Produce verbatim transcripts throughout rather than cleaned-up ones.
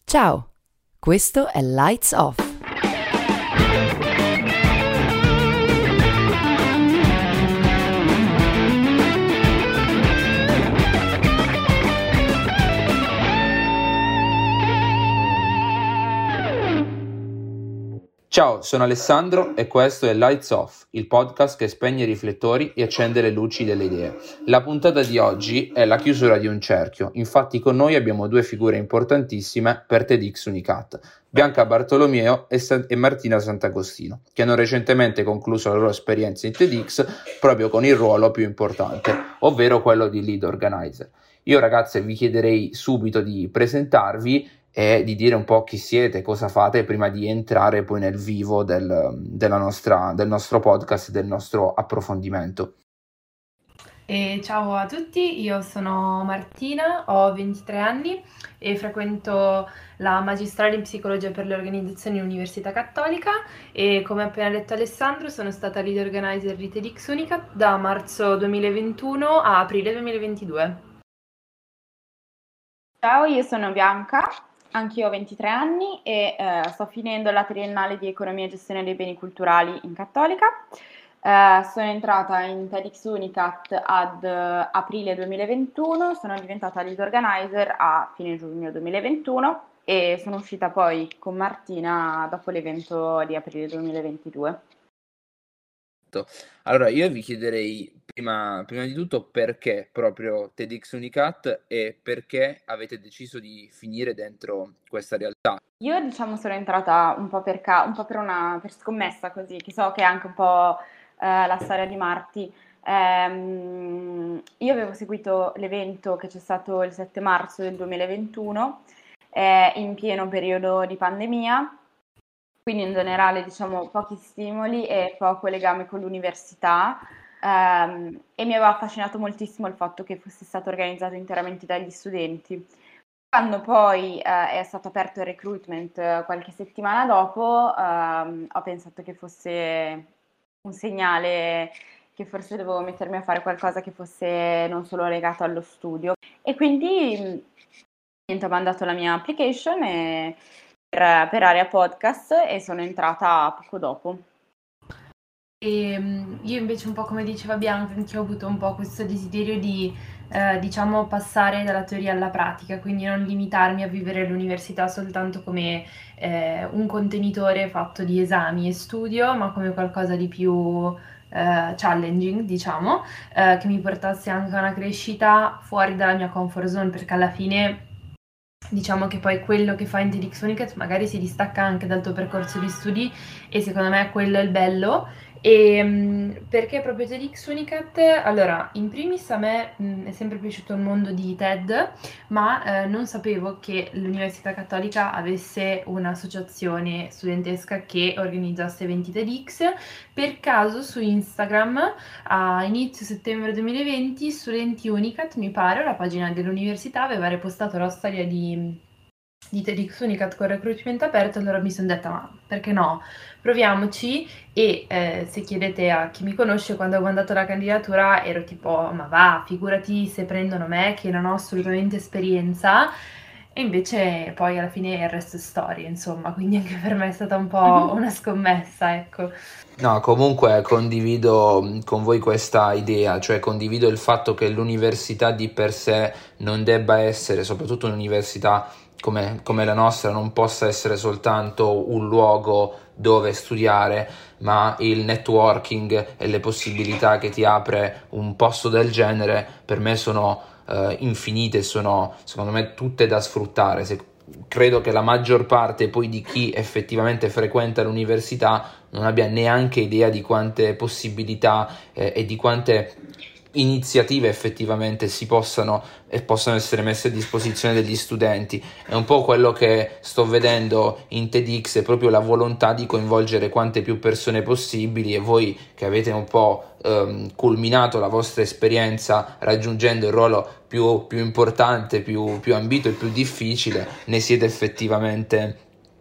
Ciao, questo è Lights Off. Ciao, sono Alessandro e questo è Lights Off, il podcast che spegne i riflettori e accende le luci delle idee. La puntata di oggi è la chiusura di un cerchio, infatti con noi abbiamo due figure importantissime per TEDx Unicat, Bianca Bartolomeo e, Sa- e Martina Sant'Agostino, che hanno recentemente concluso la loro esperienza in TEDx proprio con il ruolo più importante, ovvero quello di lead organizer. Io ragazze vi chiederei subito di presentarvi e di dire un po' chi siete, cosa fate prima di entrare poi nel vivo del, della nostra, del nostro podcast e del nostro approfondimento. E ciao a tutti, io sono Martina, ho ventitré anni e frequento la magistrale in psicologia per le organizzazioni Università Cattolica e come ha appena detto Alessandro sono stata lead organizer di TEDx Unicat da marzo duemilaventuno a aprile duemilaventidue. Ciao, io sono Bianca, anch'io ho ventitré anni e eh, sto finendo la triennale di Economia e Gestione dei Beni Culturali in Cattolica. Eh, sono entrata in TEDx Unicat ad eh, aprile duemilaventuno, sono diventata lead organizer a fine giugno duemilaventuno e sono uscita poi con Martina dopo l'evento di aprile duemilaventidue. Allora, io vi chiederei prima, prima di tutto perché proprio TEDx Unicat e perché avete deciso di finire dentro questa realtà. Io diciamo sono entrata un po' per, ca- un po' per una per scommessa così, che so che è anche un po' eh, la storia di Marti. Ehm, io avevo seguito l'evento che c'è stato il sette marzo del duemilaventuno, eh, in pieno periodo di pandemia, quindi in generale diciamo pochi stimoli e poco legame con l'università. Ehm, e mi aveva affascinato moltissimo il fatto che fosse stato organizzato interamente dagli studenti. Quando poi eh, è stato aperto il recruitment eh, qualche settimana dopo, ehm, ho pensato che fosse un segnale che forse dovevo mettermi a fare qualcosa che fosse non solo legato allo studio. E quindi mh, niente, ho mandato la mia application e- per, per Area Podcast e sono entrata poco dopo. E mm, io invece un po' come diceva Bianca, anche ho avuto un po' questo desiderio di eh, diciamo passare dalla teoria alla pratica, quindi non limitarmi a vivere l'università soltanto come eh, un contenitore fatto di esami e studio, ma come qualcosa di più eh, challenging, diciamo, eh, che mi portasse anche a una crescita fuori dalla mia comfort zone, perché alla fine diciamo che poi quello che fa in TEDx Unicat magari si distacca anche dal tuo percorso di studi e secondo me quello è il bello. E mh, perché proprio TEDx Unicat? Allora, in primis a me mh, è sempre piaciuto il mondo di TED, ma eh, non sapevo che l'Università Cattolica avesse un'associazione studentesca che organizzasse eventi TEDx. Per caso su Instagram a inizio settembre duemilaventi Studenti Unicat, mi pare, la pagina dell'università aveva repostato la storia di, di TEDx Unicat con recruitment aperto, allora mi sono detta ma perché no, proviamoci. E eh, se chiedete a chi mi conosce, quando ho mandato la candidatura ero tipo ma va, figurati se prendono me che non ho assolutamente esperienza. E invece poi alla fine il resto è storia, insomma, quindi anche per me è stata un po' una scommessa, ecco. No, comunque condivido con voi questa idea, cioè condivido il fatto che l'università di per sé non debba essere, soprattutto un'università come, come la nostra, non possa essere soltanto un luogo dove studiare, ma il networking e le possibilità che ti apre un posto del genere per me sono eh, infinite, sono secondo me tutte da sfruttare. Se, credo che la maggior parte poi di chi effettivamente frequenta l'università non abbia neanche idea di quante possibilità eh, e di quante iniziative effettivamente si possano e possono essere messe a disposizione degli studenti. È un po' quello che sto vedendo in TEDx, è proprio la volontà di coinvolgere quante più persone possibili, e voi che avete un po' ehm, culminato la vostra esperienza raggiungendo il ruolo più, più importante, più, più ambito e più difficile, ne siete effettivamente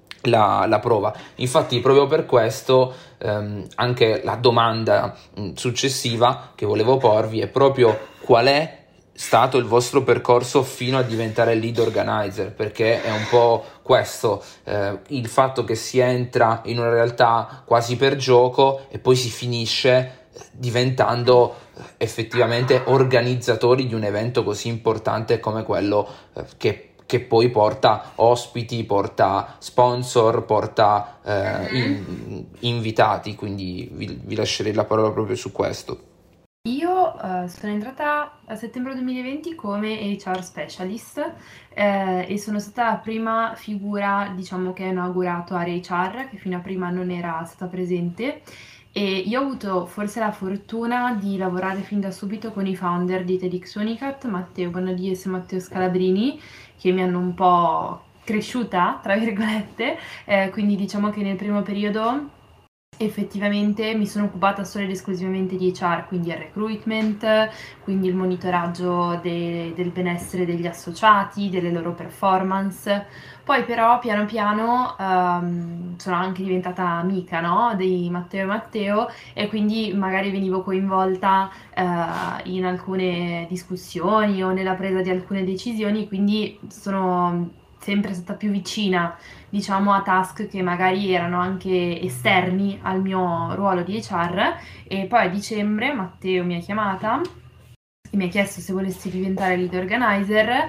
La, la prova. Infatti proprio per questo ehm, anche la domanda mh, successiva che volevo porvi è proprio qual è stato il vostro percorso fino a diventare lead organizer, perché è un po' questo, eh, il fatto che si entra in una realtà quasi per gioco e poi si finisce diventando effettivamente organizzatori di un evento così importante come quello eh, che, che poi porta ospiti, porta sponsor, porta eh, in, invitati, quindi vi, vi lascerei la parola proprio su questo. Io uh, sono entrata a settembre duemilaventi come H R specialist eh, e sono stata la prima figura, diciamo, che ha inaugurato Area H R, che fino a prima non era stata presente, e io ho avuto forse la fortuna di lavorare fin da subito con i founder di TEDx Unicat, Matteo Bonadies e Matteo Scalabrini, che mi hanno un po' cresciuta, tra virgolette, eh, quindi diciamo che nel primo periodo effettivamente mi sono occupata solo ed esclusivamente di H R, quindi il recruitment, quindi il monitoraggio de- del benessere degli associati, delle loro performance. Poi però piano piano um, sono anche diventata amica, no? Di Matteo e Matteo, e quindi magari venivo coinvolta uh, in alcune discussioni o nella presa di alcune decisioni, quindi sono sempre stata più vicina, diciamo, a task che magari erano anche esterni al mio ruolo di H R. E poi a dicembre Matteo mi ha chiamata e mi ha chiesto se volessi diventare lead organizer,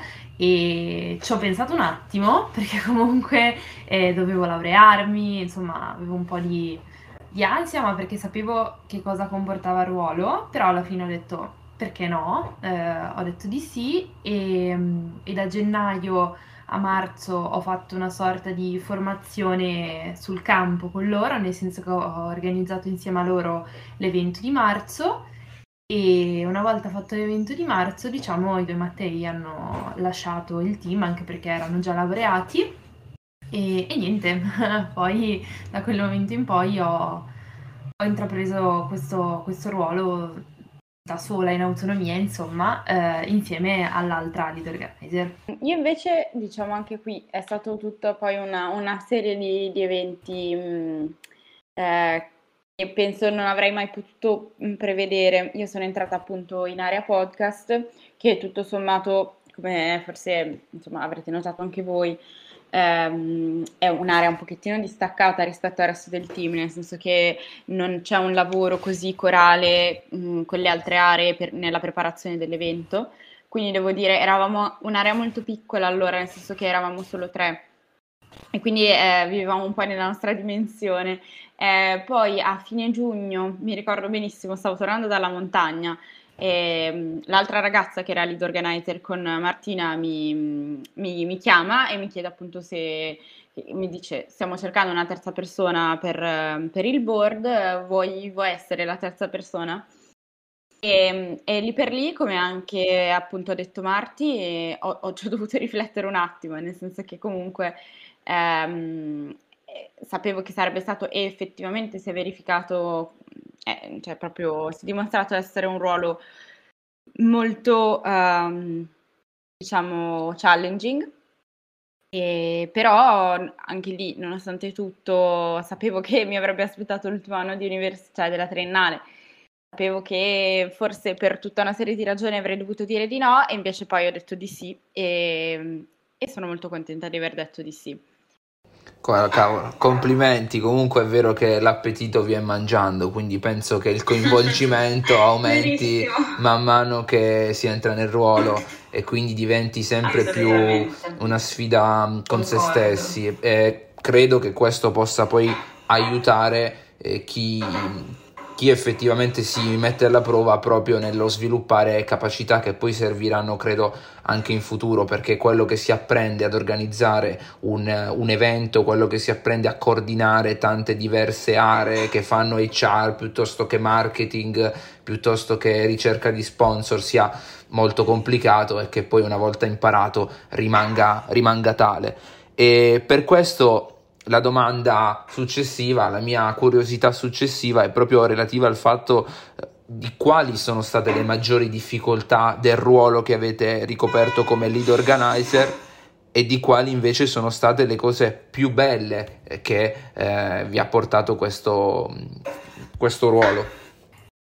e ci ho pensato un attimo perché comunque eh, dovevo laurearmi, insomma avevo un po' di, di ansia, ma perché sapevo che cosa comportava il ruolo, però alla fine ho detto perché no, eh, ho detto di sì, e, e da gennaio a marzo ho fatto una sorta di formazione sul campo con loro, nel senso che ho organizzato insieme a loro l'evento di marzo, e una volta fatto l'evento di marzo, diciamo, i due Mattei hanno lasciato il team, anche perché erano già laureati, e, e niente, poi da quel momento in poi ho, ho intrapreso questo, questo ruolo da sola, in autonomia, insomma, eh, insieme all'altra lead organizer. Io invece, diciamo, anche qui è stato tutto poi una, una serie di, di eventi mh, eh, che penso non avrei mai potuto mh, prevedere. Io sono entrata appunto in Area Podcast, che tutto sommato, come forse insomma avrete notato anche voi, ehm, è un'area un pochettino distaccata rispetto al resto del team, nel senso che non c'è un lavoro così corale mh, con le altre aree per- nella preparazione dell'evento. Quindi devo dire, eravamo un'area molto piccola allora, nel senso che eravamo solo tre, e quindi eh, vivevamo un po' nella nostra dimensione. Eh, poi a fine giugno, mi ricordo benissimo, stavo tornando dalla montagna e mh, l'altra ragazza che era lead organizer con Martina mi, mi- mi chiama e mi chiede appunto se, mi dice, stiamo cercando una terza persona per, eh, per il board, eh, vuoi, vuoi essere la terza persona? E, e lì per lì, come anche appunto ha detto Marti, eh, ho, ho ci ho dovuto riflettere un attimo, nel senso che comunque ehm, eh, sapevo che sarebbe stato, e effettivamente si è verificato, eh, cioè proprio si è dimostrato essere un ruolo molto, ehm, diciamo, challenging. E però anche lì, nonostante tutto, sapevo che mi avrebbe aspettato l'ultimo anno di università della triennale. Sapevo che forse per tutta una serie di ragioni avrei dovuto dire di no, e invece poi ho detto di sì, e, e sono molto contenta di aver detto di sì. Guarda, cavolo, complimenti, comunque è vero che l'appetito viene mangiando, quindi penso che il coinvolgimento aumenti Verissimo. man mano che si entra nel ruolo, e quindi diventi sempre più Assolutamente. una sfida con se Concordo. stessi, e credo che questo possa poi aiutare eh, chi, chi effettivamente si mette alla prova proprio nello sviluppare capacità che poi serviranno, credo, anche in futuro, perché quello che si apprende ad organizzare un, un evento, quello che si apprende a coordinare tante diverse aree che fanno H R piuttosto che marketing, piuttosto che ricerca di sponsor, sia molto complicato, e che poi una volta imparato rimanga, rimanga tale. E per questo la domanda successiva, la mia curiosità successiva è proprio relativa al fatto eh, di quali sono state le maggiori difficoltà del ruolo che avete ricoperto come lead organizer, e di quali invece sono state le cose più belle eh, che eh, vi ha portato questo, questo ruolo.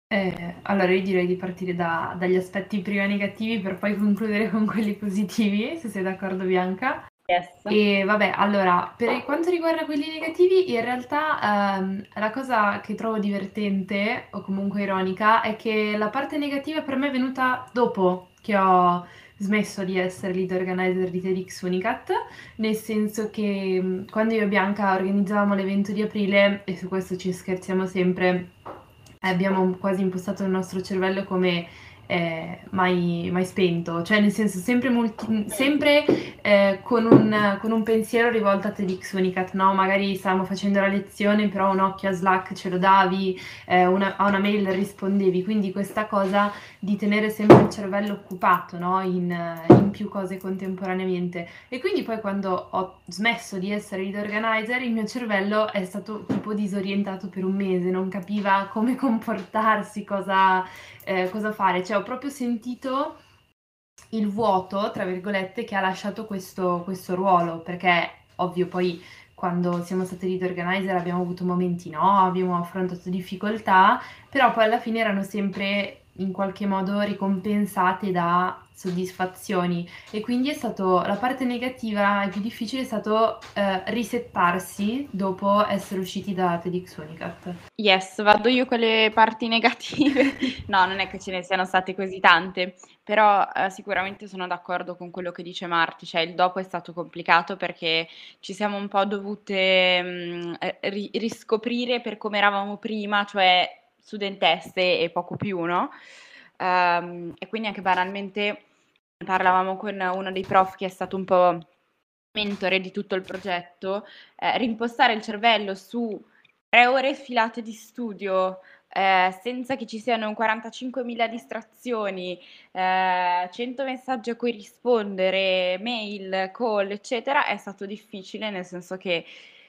Eh, allora io direi di partire da- dagli aspetti prima negativi per poi concludere con quelli positivi, se sei d'accordo Bianca. Yes. E vabbè, allora, per quanto riguarda quelli negativi, in realtà ehm, la cosa che trovo divertente o comunque ironica è che la parte negativa per me è venuta dopo che ho smesso di essere lead organizer di TEDx Unicat, nel senso che mh, quando io e Bianca organizzavamo l'evento di aprile, e su questo ci scherziamo sempre, abbiamo quasi impostato il nostro cervello come eh, mai, mai spento, cioè nel senso sempre, multi- sempre eh, con, un, con un pensiero rivolto a TEDx Unicat, no? Magari stavamo facendo la lezione, però un occhio a Slack ce lo davi, eh, una, a una mail rispondevi, quindi questa cosa di tenere sempre il cervello occupato, no? In, in più cose contemporaneamente. E quindi poi quando ho smesso di essere lead organizer, il mio cervello è stato tipo disorientato per un mese, non capiva come comportarsi, cosa, eh, cosa fare. Cioè ho proprio sentito il vuoto, tra virgolette, che ha lasciato questo, questo ruolo, perché ovvio poi quando siamo stati lead organizer abbiamo avuto momenti no, abbiamo affrontato difficoltà, però poi alla fine erano sempre in qualche modo ricompensate da soddisfazioni e quindi è stato la parte negativa e più difficile è stato eh, risettarsi dopo essere usciti da TEDx Unicat. Yes, vado io con le parti negative. No, non è che ce ne siano state così tante, però eh, sicuramente sono d'accordo con quello che dice Marti, cioè il dopo è stato complicato perché ci siamo un po' dovute mh, eh, ri- riscoprire per come eravamo prima, cioè studentesse e poco più, no? Ehm, e quindi anche banalmente parlavamo con uno dei prof che è stato un po' mentore di tutto il progetto, eh, rimpostare il cervello su tre ore filate di studio, eh, senza che ci siano quarantacinquemila distrazioni, eh, cento messaggi a cui rispondere, mail, call, eccetera, è stato difficile, nel senso che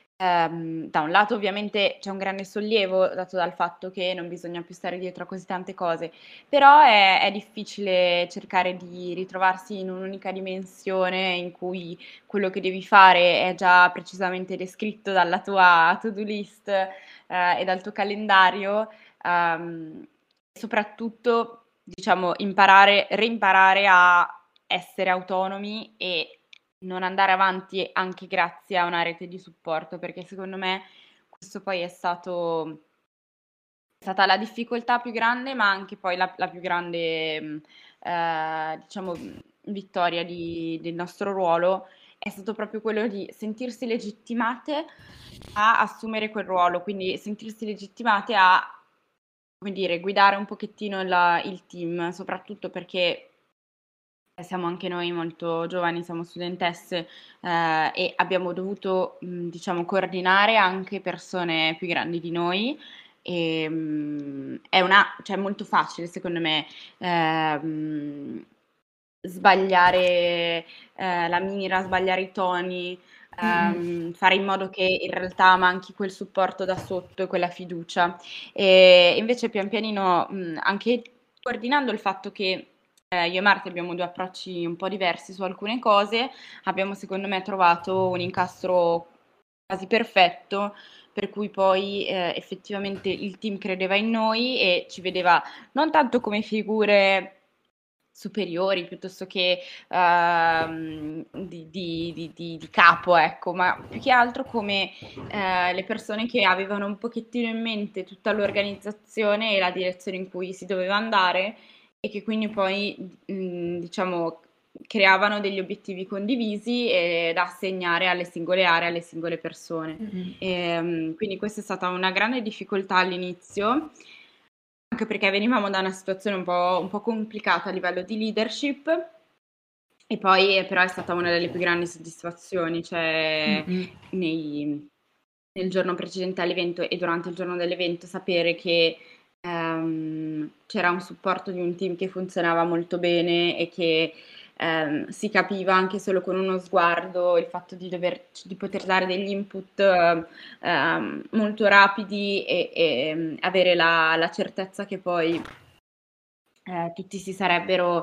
ehm, da un lato ovviamente c'è un grande sollievo dato dal fatto che non bisogna più stare dietro a così tante cose, però è, è difficile cercare di ritrovarsi in un'unica dimensione in cui quello che devi fare è già precisamente descritto dalla tua to-do list eh, e dal tuo calendario, ehm, e soprattutto, diciamo, imparare, reimparare a essere autonomi e non andare avanti anche grazie a una rete di supporto, perché secondo me questo poi è stato è stata la difficoltà più grande, ma anche poi la, la più grande, mh, eh, diciamo, mh, vittoria di- del nostro ruolo è stato proprio quello di sentirsi legittimate a assumere quel ruolo, quindi sentirsi legittimate a, come dire, guidare un pochettino la- il team, soprattutto perché siamo anche noi molto giovani, siamo studentesse eh, e abbiamo dovuto, mh, diciamo, coordinare anche persone più grandi di noi. E, mh, è una, cioè, è molto facile, secondo me, ehm, sbagliare eh, la mira, sbagliare i toni, Mm-mm. ehm, fare in modo che in realtà manchi quel supporto da sotto e quella fiducia. E invece pian pianino, mh, anche coordinando il fatto che eh, io e Marta abbiamo due approcci un po' diversi su alcune cose, abbiamo secondo me trovato un incastro quasi perfetto, per cui poi eh, effettivamente il team credeva in noi e ci vedeva non tanto come figure superiori piuttosto che ehm, di, di- di- di- di capo, ecco, ma più che altro come eh, le persone che avevano un pochettino in mente tutta l'organizzazione e la direzione in cui si doveva andare e che quindi poi, mh, diciamo, creavano degli obiettivi condivisi e da assegnare alle singole aree, alle singole persone. Mm-mm. Ehm, quindi questa è stata una grande difficoltà all'inizio, anche perché venivamo da una situazione un po', un po' complicata a livello di leadership. E poi eh, però è stata una delle più grandi soddisfazioni, cioè Mm-mm. nei- nel giorno precedente all'evento e durante il giorno dell'evento sapere che ehm, c'era un supporto di un team che funzionava molto bene e che ehm, si capiva anche solo con uno sguardo il fatto di dover, di poter dare degli input eh, ehm, molto rapidi e, e, mm, avere la, la certezza che poi eh, tutti si sarebbero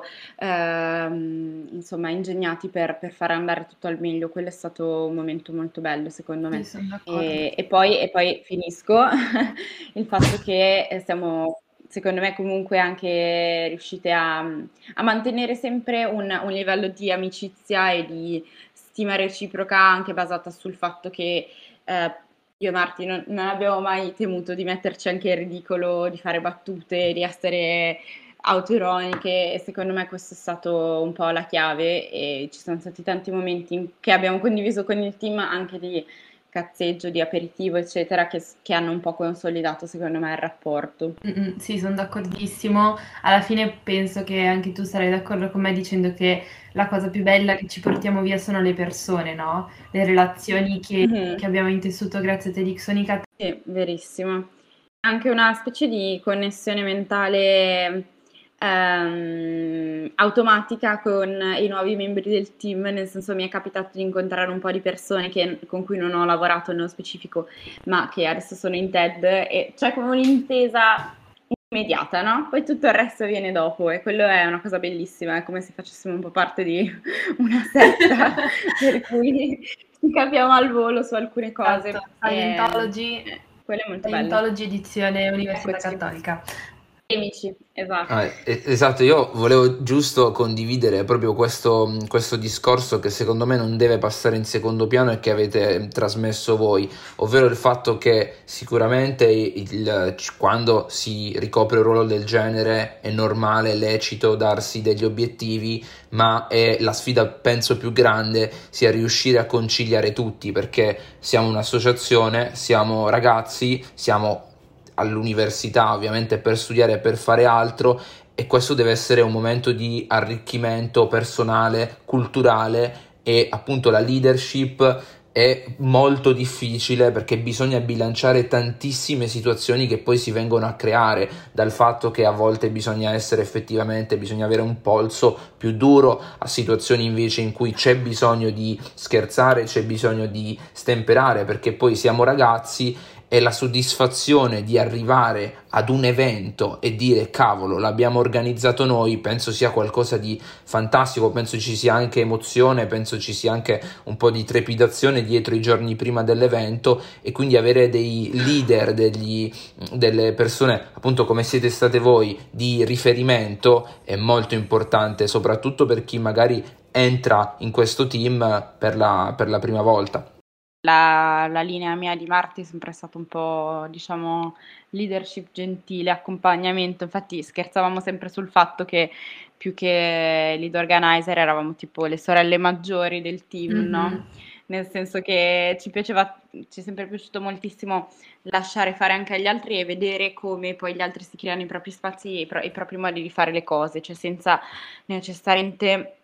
ehm, insomma ingegnati per, per fare andare tutto al meglio. Quello è stato un momento molto bello, secondo Sì, me. sono d'accordo. E, e poi, e poi finisco il fatto che eh, siamo secondo me comunque anche riuscite a, a mantenere sempre un, un livello di amicizia e di stima reciproca anche basata sul fatto che eh, io e Marti non, non abbiamo mai temuto di metterci anche in ridicolo, di fare battute, di essere autoironiche e secondo me questo è stato un po' la chiave e ci sono stati tanti momenti in- che abbiamo condiviso con il team anche di cazzeggio, di aperitivo, eccetera, che, che hanno un po' consolidato secondo me il rapporto. Mm, mm, sì, sono d'accordissimo. Alla fine penso che anche tu sarai d'accordo con me dicendo che la cosa più bella che ci portiamo via sono le persone, no? Le relazioni che, Mhm. che abbiamo intessuto grazie a TEDxOnica. Sì, verissimo. Anche una specie di connessione mentale ehm, automatica con i nuovi membri del team, nel senso mi è capitato di incontrare un po' di persone che- con cui non ho lavorato nello specifico, ma che adesso sono in TED e c'è come un'intesa immediata, no? Poi tutto il resto viene dopo e quello è una cosa bellissima, è come se facessimo un po' parte di una setta per cui ci capiamo al volo su alcune cose. Esatto, E, Scientology, eh, quello è molto bello. Scientology edizione Università Eccoci, Cattolica. amici, esatto. Ah, eh, esatto, io volevo giusto condividere proprio questo, questo discorso che secondo me non deve passare in secondo piano e che avete trasmesso voi, ovvero il fatto che sicuramente il- quando si ricopre un ruolo del genere è normale, lecito darsi degli obiettivi, ma è la sfida penso più grande sia riuscire a conciliare tutti, perché siamo un'associazione, siamo ragazzi, siamo all'università ovviamente per studiare e per fare altro e questo deve essere un momento di arricchimento personale, culturale e appunto la leadership è molto difficile perché bisogna bilanciare tantissime situazioni che poi si vengono a creare dal fatto che a volte bisogna essere effettivamente, bisogna avere un polso più duro a situazioni invece in cui c'è bisogno di scherzare, c'è bisogno di stemperare perché poi siamo ragazzi e la soddisfazione di arrivare ad un evento e dire cavolo l'abbiamo organizzato noi penso sia qualcosa di fantastico, penso ci sia anche emozione, penso ci sia anche un po' di trepidazione dietro i giorni prima dell'evento e quindi avere dei leader, degli, delle persone appunto come siete state voi di riferimento è molto importante soprattutto per chi magari entra in questo team per la, per la prima volta. La, la linea mia di Marti è sempre stata un po', diciamo, leadership gentile, accompagnamento. Infatti scherzavamo sempre sul fatto che più che lead organizer eravamo tipo le sorelle maggiori del team, Mhm. no? Nel senso che ci piaceva, ci è sempre piaciuto moltissimo lasciare fare anche agli altri e vedere come poi gli altri si creano i propri spazi e i, pro- i propri modi di fare le cose, cioè senza necessariamente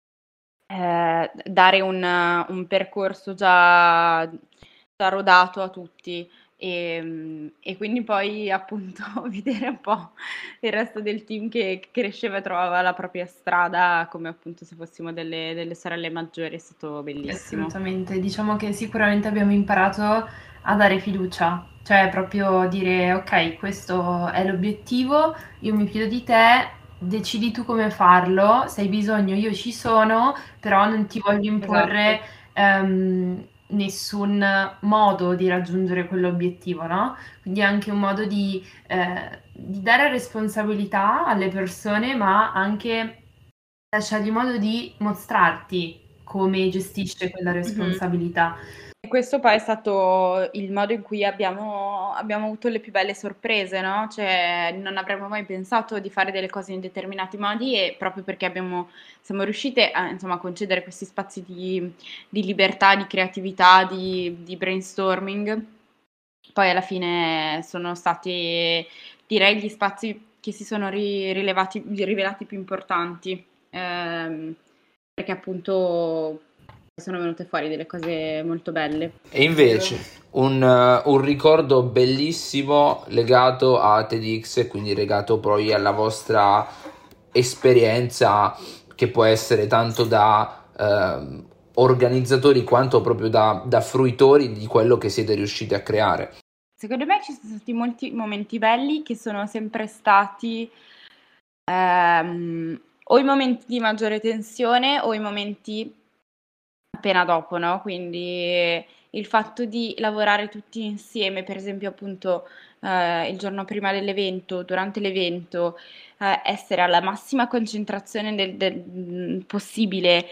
eh, dare un, un percorso già, già rodato a tutti e, e quindi poi appunto vedere un po' il resto del team che cresceva e trovava la propria strada come appunto se fossimo delle, delle sorelle maggiori è stato bellissimo. Assolutamente, diciamo che sicuramente abbiamo imparato a dare fiducia, cioè proprio dire ok, questo è l'obiettivo, io mi fido di te, decidi tu come farlo, se hai bisogno io ci sono, però non ti voglio imporre Esatto. ehm, nessun modo di raggiungere quell'obiettivo, no? Quindi è anche un modo di, eh, di dare responsabilità alle persone, ma anche lasciargli modo di mostrarti come gestisce quella Mhm. responsabilità. E questo poi è stato il modo in cui abbiamo, abbiamo avuto le più belle sorprese, no? Cioè, non avremmo mai pensato di fare delle cose in determinati modi e proprio perché abbiamo, siamo riuscite a, insomma, a concedere questi spazi di, di libertà, di creatività, di, di brainstorming, poi alla fine sono stati, direi, gli spazi che si sono ri- rilevati, rivelati più importanti, ehm, perché appunto sono venute fuori delle cose molto belle. E invece un, uh, un ricordo bellissimo legato a TEDx e quindi legato poi alla vostra esperienza che può essere tanto da uh, organizzatori quanto proprio da, da fruitori di quello che siete riusciti a creare. Secondo me ci sono stati molti momenti belli che sono sempre stati ehm, o i momenti di maggiore tensione o i momenti appena dopo, no? Quindi il fatto di lavorare tutti insieme, per esempio appunto eh, il giorno prima dell'evento, durante l'evento, eh, essere alla massima concentrazione del, del- mh, possibile,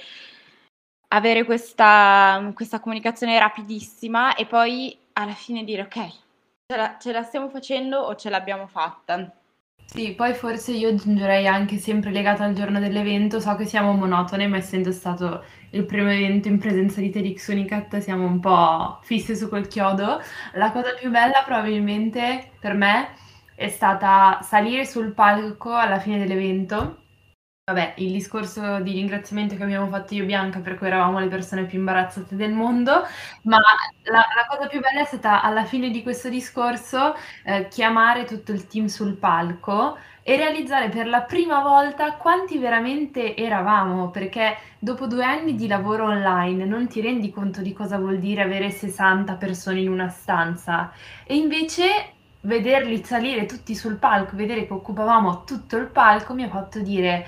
avere questa, questa comunicazione rapidissima e poi alla fine dire ok, ce la, ce la stiamo facendo o ce l'abbiamo fatta. Sì, poi forse io aggiungerei anche sempre legato al giorno dell'evento, so che siamo monotone, ma essendo stato il primo evento in presenza di T E D X Unicat siamo un po' fisse su quel chiodo. La cosa più bella probabilmente per me è stata salire sul palco alla fine dell'evento. Vabbè, il discorso di ringraziamento che abbiamo fatto io e Bianca, per cui eravamo le persone più imbarazzate del mondo, ma la, la cosa più bella è stata alla fine di questo discorso eh, chiamare tutto il team sul palco e realizzare per la prima volta quanti veramente eravamo, perché dopo due anni di lavoro online non ti rendi conto di cosa vuol dire avere sessanta persone in una stanza e invece vederli salire tutti sul palco, vedere che occupavamo tutto il palco mi ha fatto dire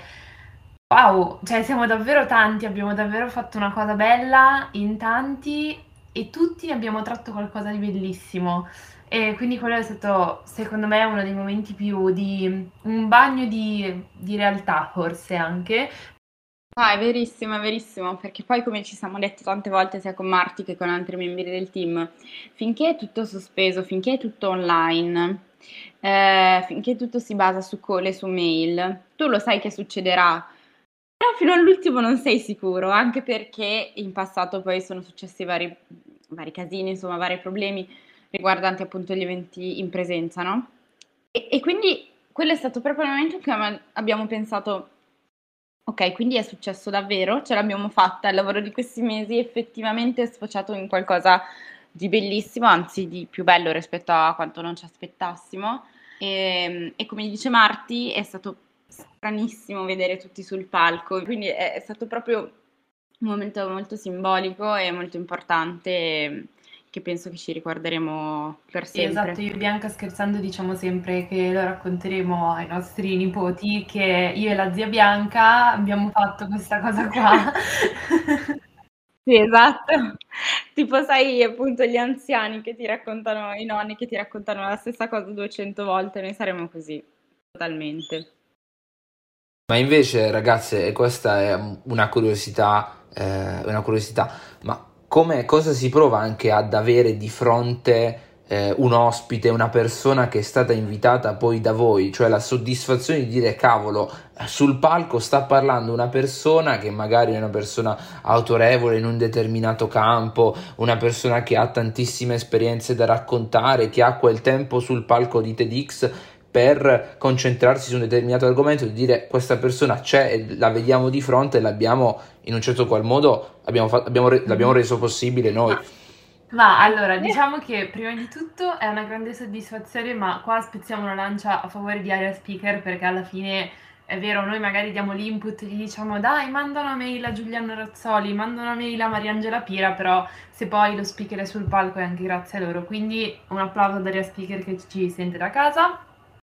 wow, cioè siamo davvero tanti, abbiamo davvero fatto una cosa bella in tanti e tutti ne abbiamo tratto qualcosa di bellissimo. E quindi quello è stato, secondo me, uno dei momenti più di un bagno di, di realtà, forse anche. Ah, è verissimo, è verissimo, perché poi come ci siamo detti tante volte sia con Marti che con altri membri del team, finché è tutto sospeso, finché è tutto online, eh, finché tutto si basa su call e su mail, tu lo sai che succederà, però fino all'ultimo non sei sicuro, anche perché in passato poi sono successi vari, vari casini, insomma, vari problemi riguardanti appunto gli eventi in presenza, no? E, e quindi quello è stato proprio il momento in cui am- abbiamo pensato, ok, quindi è successo davvero, ce l'abbiamo fatta, il lavoro di questi mesi effettivamente è sfociato in qualcosa di bellissimo, anzi di più bello rispetto a quanto non ci aspettassimo. E, e come dice Marti, è stato stranissimo vedere tutti sul palco, quindi è, è stato proprio un momento molto simbolico e molto importante e che penso che ci ricorderemo per Sì, esatto, sempre. io e Bianca scherzando diciamo sempre che lo racconteremo ai nostri nipoti che io e la zia Bianca abbiamo fatto questa cosa qua. Sì, esatto. Tipo, sai, appunto, gli anziani che ti raccontano, i nonni che ti raccontano la stessa cosa duecento volte, noi saremo così, totalmente. Ma invece, ragazze, e questa è una curiosità, eh, una curiosità, ma come, cosa si prova anche ad avere di fronte eh, un ospite, una persona che è stata invitata poi da voi, cioè la soddisfazione di dire, cavolo, sul palco sta parlando una persona che magari è una persona autorevole in un determinato campo, una persona che ha tantissime esperienze da raccontare, che ha quel tempo sul palco di TEDx per concentrarsi su un determinato argomento, di dire questa persona c'è e la vediamo di fronte e l'abbiamo in un certo qual modo abbiamo fa- abbiamo re- l'abbiamo Mhm. reso possibile noi. Ma, ma allora, diciamo che prima di tutto è una grande soddisfazione, ma qua spezziamo una lancia a favore di Area Speaker perché alla fine è vero, noi magari diamo l'input, gli diciamo dai, manda una mail a Giuliano Razzoli, manda una mail a Mariangela Pira, però se poi lo speaker è sul palco è anche grazie a loro. Quindi un applauso ad Area Speaker che ci sente da casa.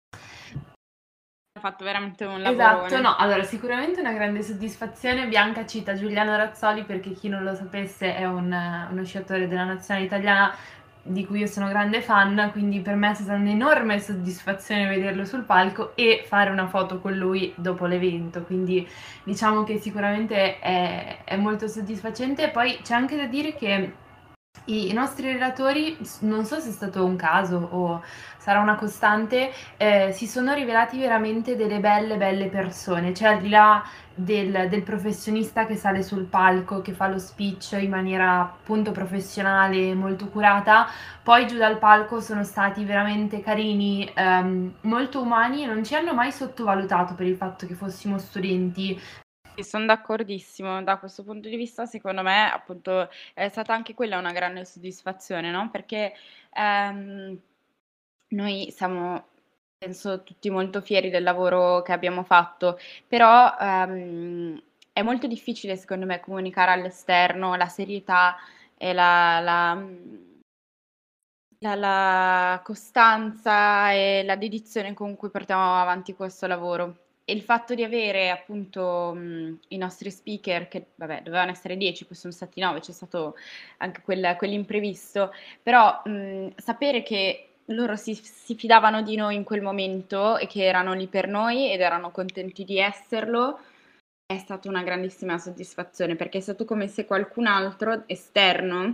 Ha fatto veramente un Esatto, lavorone. no, allora sicuramente una grande soddisfazione. Bianca cita Giuliano Razzoli perché chi non lo sapesse è un, uno sciatore della nazionale italiana di cui io sono grande fan, quindi per me è stata un'enorme soddisfazione vederlo sul palco e fare una foto con lui dopo l'evento, quindi diciamo che sicuramente è, è molto soddisfacente. E poi c'è anche da dire che i nostri relatori, non so se è stato un caso o sarà una costante, eh, si sono rivelati veramente delle belle, belle persone, cioè al di là del, del professionista che sale sul palco, che fa lo speech in maniera appunto professionale, molto curata, poi giù dal palco sono stati veramente carini, ehm, molto umani e non ci hanno mai sottovalutato per il fatto che fossimo studenti. Sì, sono d'accordissimo, da questo punto di vista secondo me appunto è stata anche quella una grande soddisfazione, no? Perché ehm, noi siamo, penso, tutti molto fieri del lavoro che abbiamo fatto, però ehm, è molto difficile secondo me comunicare all'esterno la serietà e la, la, la, la costanza e la dedizione con cui portiamo avanti questo lavoro. il fatto di avere appunto mh, i nostri speaker, che vabbè dovevano essere dieci, poi sono stati nove, c'è stato anche quel- quell'imprevisto, però mh, sapere che loro si, si fidavano di noi in quel momento e che erano lì per noi ed erano contenti di esserlo, è stata una grandissima soddisfazione perché è stato come se qualcun altro esterno,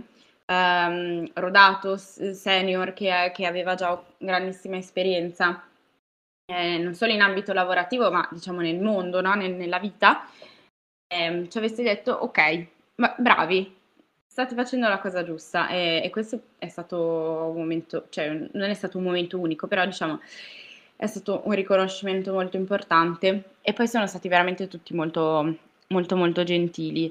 ehm, rodato, s- senior, che, che aveva già grandissima esperienza, eh, non solo in ambito lavorativo, ma diciamo nel mondo, no? Nel- nella vita, ehm, ci avesse detto, ok, ma bravi, state facendo la cosa giusta. E, e questo è stato un momento, cioè non è stato un momento unico, però diciamo è stato un riconoscimento molto importante. E poi sono stati veramente tutti molto, molto, molto gentili,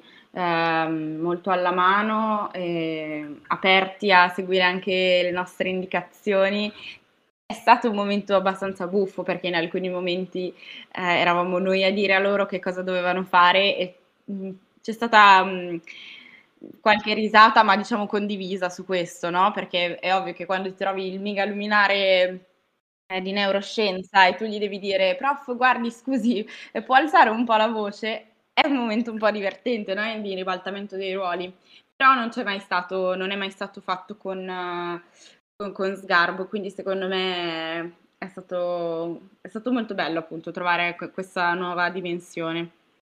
ehm, molto alla mano, eh, aperti a seguire anche le nostre indicazioni. È stato un momento abbastanza buffo perché in alcuni momenti eh, eravamo noi a dire a loro che cosa dovevano fare e mh, c'è stata mh, qualche risata, ma diciamo condivisa su questo, no? Perché è ovvio che quando ti trovi il mega luminare eh, di neuroscienza e tu gli devi dire, prof, guardi, scusi, e può alzare un po' la voce, è un momento un po' divertente, no? Di ribaltamento dei ruoli. Però non c'è mai stato, non è mai stato fatto con, eh, con, con sgarbo, quindi secondo me è stato, è stato molto bello appunto trovare que- questa nuova dimensione.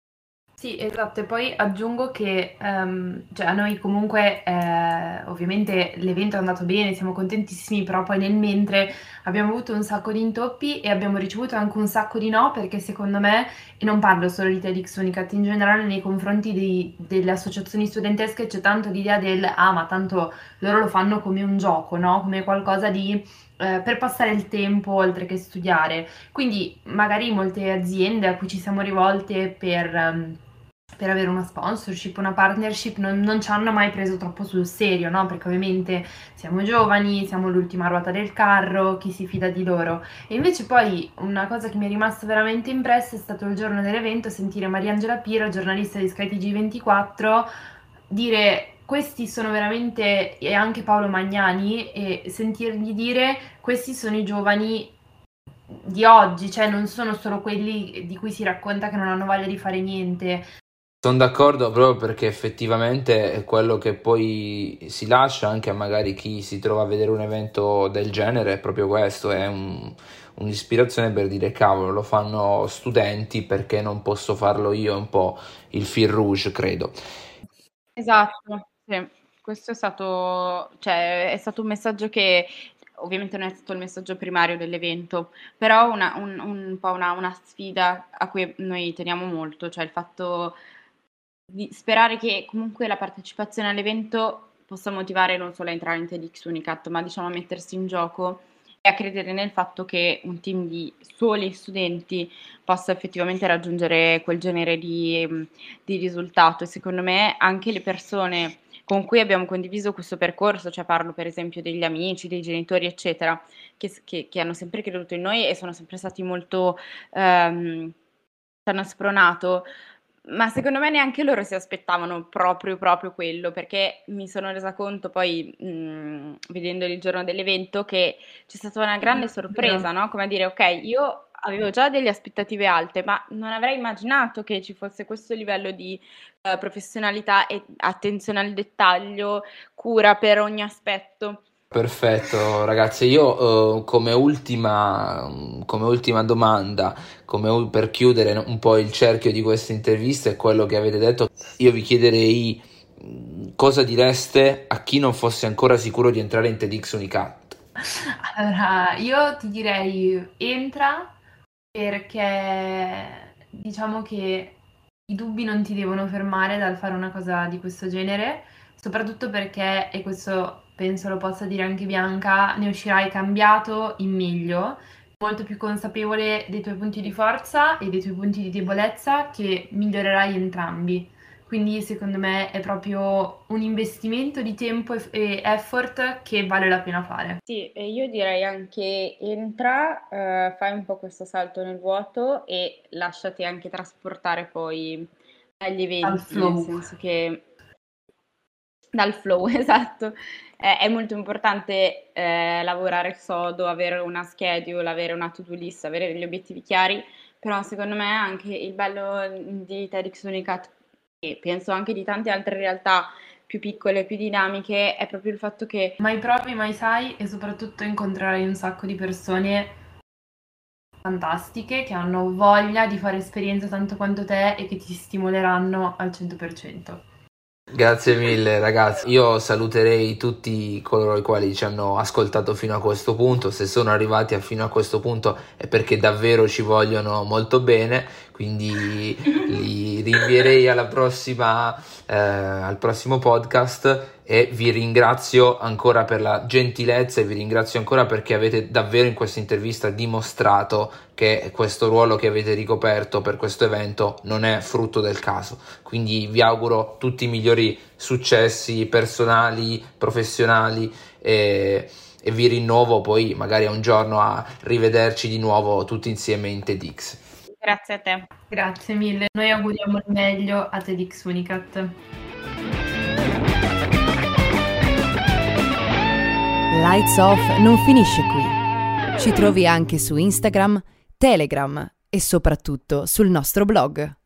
Sì, esatto, e poi aggiungo che ehm, cioè a noi comunque eh, ovviamente l'evento è andato bene, siamo contentissimi, però poi nel mentre abbiamo avuto un sacco di intoppi e abbiamo ricevuto anche un sacco di no, perché secondo me, e non parlo solo di TEDx Unicat, in generale nei confronti dei- delle associazioni studentesche c'è tanto l'idea del ah ma tanto loro lo fanno come un gioco, no? Come qualcosa di eh, per passare il tempo oltre che studiare. Quindi magari molte aziende a cui ci siamo rivolte per, ehm, per avere una sponsorship, una partnership, non, non ci hanno mai preso troppo sul serio, no? Perché ovviamente siamo giovani, siamo l'ultima ruota del carro, chi si fida di loro. E invece poi una cosa che mi è rimasta veramente impressa è stato il giorno dell'evento sentire Mariangela Piro, giornalista di Sky T G ventiquattro, dire questi sono veramente, e anche Paolo Magnani, e sentirgli dire questi sono i giovani di oggi, cioè non sono solo quelli di cui si racconta che non hanno voglia di fare niente. Sono d'accordo proprio perché effettivamente è quello che poi si lascia anche a magari chi si trova a vedere un evento del genere, è proprio questo, è un- un'ispirazione per dire cavolo, lo fanno studenti perché non posso farlo io, è un po' il fil rouge, credo. Esatto, sì. Questo è stato, cioè, è stato un messaggio che ovviamente non è stato il messaggio primario dell'evento, però una, un, un po' una, una sfida a cui noi teniamo molto, cioè il fatto di sperare che comunque la partecipazione all'evento possa motivare non solo a entrare in TEDx Unicat, ma diciamo a mettersi in gioco e a credere nel fatto che un team di soli studenti possa effettivamente raggiungere quel genere di, di risultato. E secondo me anche le persone con cui abbiamo condiviso questo percorso, cioè parlo per esempio degli amici, dei genitori, eccetera, che, che- che hanno sempre creduto in noi e sono sempre stati molto, ehm, ci hanno spronato, ma secondo me neanche loro si aspettavano proprio, proprio quello, perché mi sono resa conto poi, mh, vedendo il giorno dell'evento, che c'è stata una grande sorpresa, no? Come a dire, ok, io avevo già delle aspettative alte, ma non avrei immaginato che ci fosse questo livello di eh, professionalità e attenzione al dettaglio, cura per ogni aspetto. Perfetto, ragazzi. Io eh, come ultima, come ultima domanda, come u- per chiudere un po' il cerchio di questa intervista e quello che avete detto, io vi chiederei mh, cosa direste a chi non fosse ancora sicuro di entrare in TEDx Unicat. Allora, io ti direi entra perché diciamo che i dubbi non ti devono fermare dal fare una cosa di questo genere, soprattutto perché, e questo penso lo possa dire anche Bianca, ne uscirai cambiato in meglio, molto più consapevole dei tuoi punti di forza e dei tuoi punti di debolezza che migliorerai entrambi. Quindi secondo me è proprio un investimento di tempo e e effort che vale la pena fare. Sì, e io direi anche entra, eh, fai un po' questo salto nel vuoto e lasciati anche trasportare poi dagli Al eventi, nel flow. senso che dal flow, esatto. Eh, è molto importante eh, lavorare sodo, avere una schedule, avere una to-do list, avere degli obiettivi chiari, Però secondo me anche il bello di TEDx Unicat, e penso anche di tante altre realtà più piccole, più dinamiche, è proprio il fatto che mai provi, mai sai, e soprattutto incontrerai un sacco di persone fantastiche che hanno voglia di fare esperienza tanto quanto te e che ti stimoleranno al cento per cento. Grazie mille ragazzi, io saluterei tutti coloro i quali ci hanno ascoltato fino a questo punto. Se sono arrivati a fino a questo punto è perché davvero ci vogliono molto bene, quindi li rinvierei alla prossima, eh, al prossimo podcast, e vi ringrazio ancora per la gentilezza e vi ringrazio ancora perché avete davvero in questa intervista dimostrato che questo ruolo che avete ricoperto per questo evento non è frutto del caso. Quindi vi auguro tutti i migliori successi personali, professionali, e, e vi rinnovo poi magari un giorno a rivederci di nuovo tutti insieme in TEDx. Grazie a te. Grazie mille, noi auguriamo il meglio a TEDx Unicat. Lights Off non finisce qui. Ci trovi anche su Instagram, Telegram e soprattutto sul nostro blog.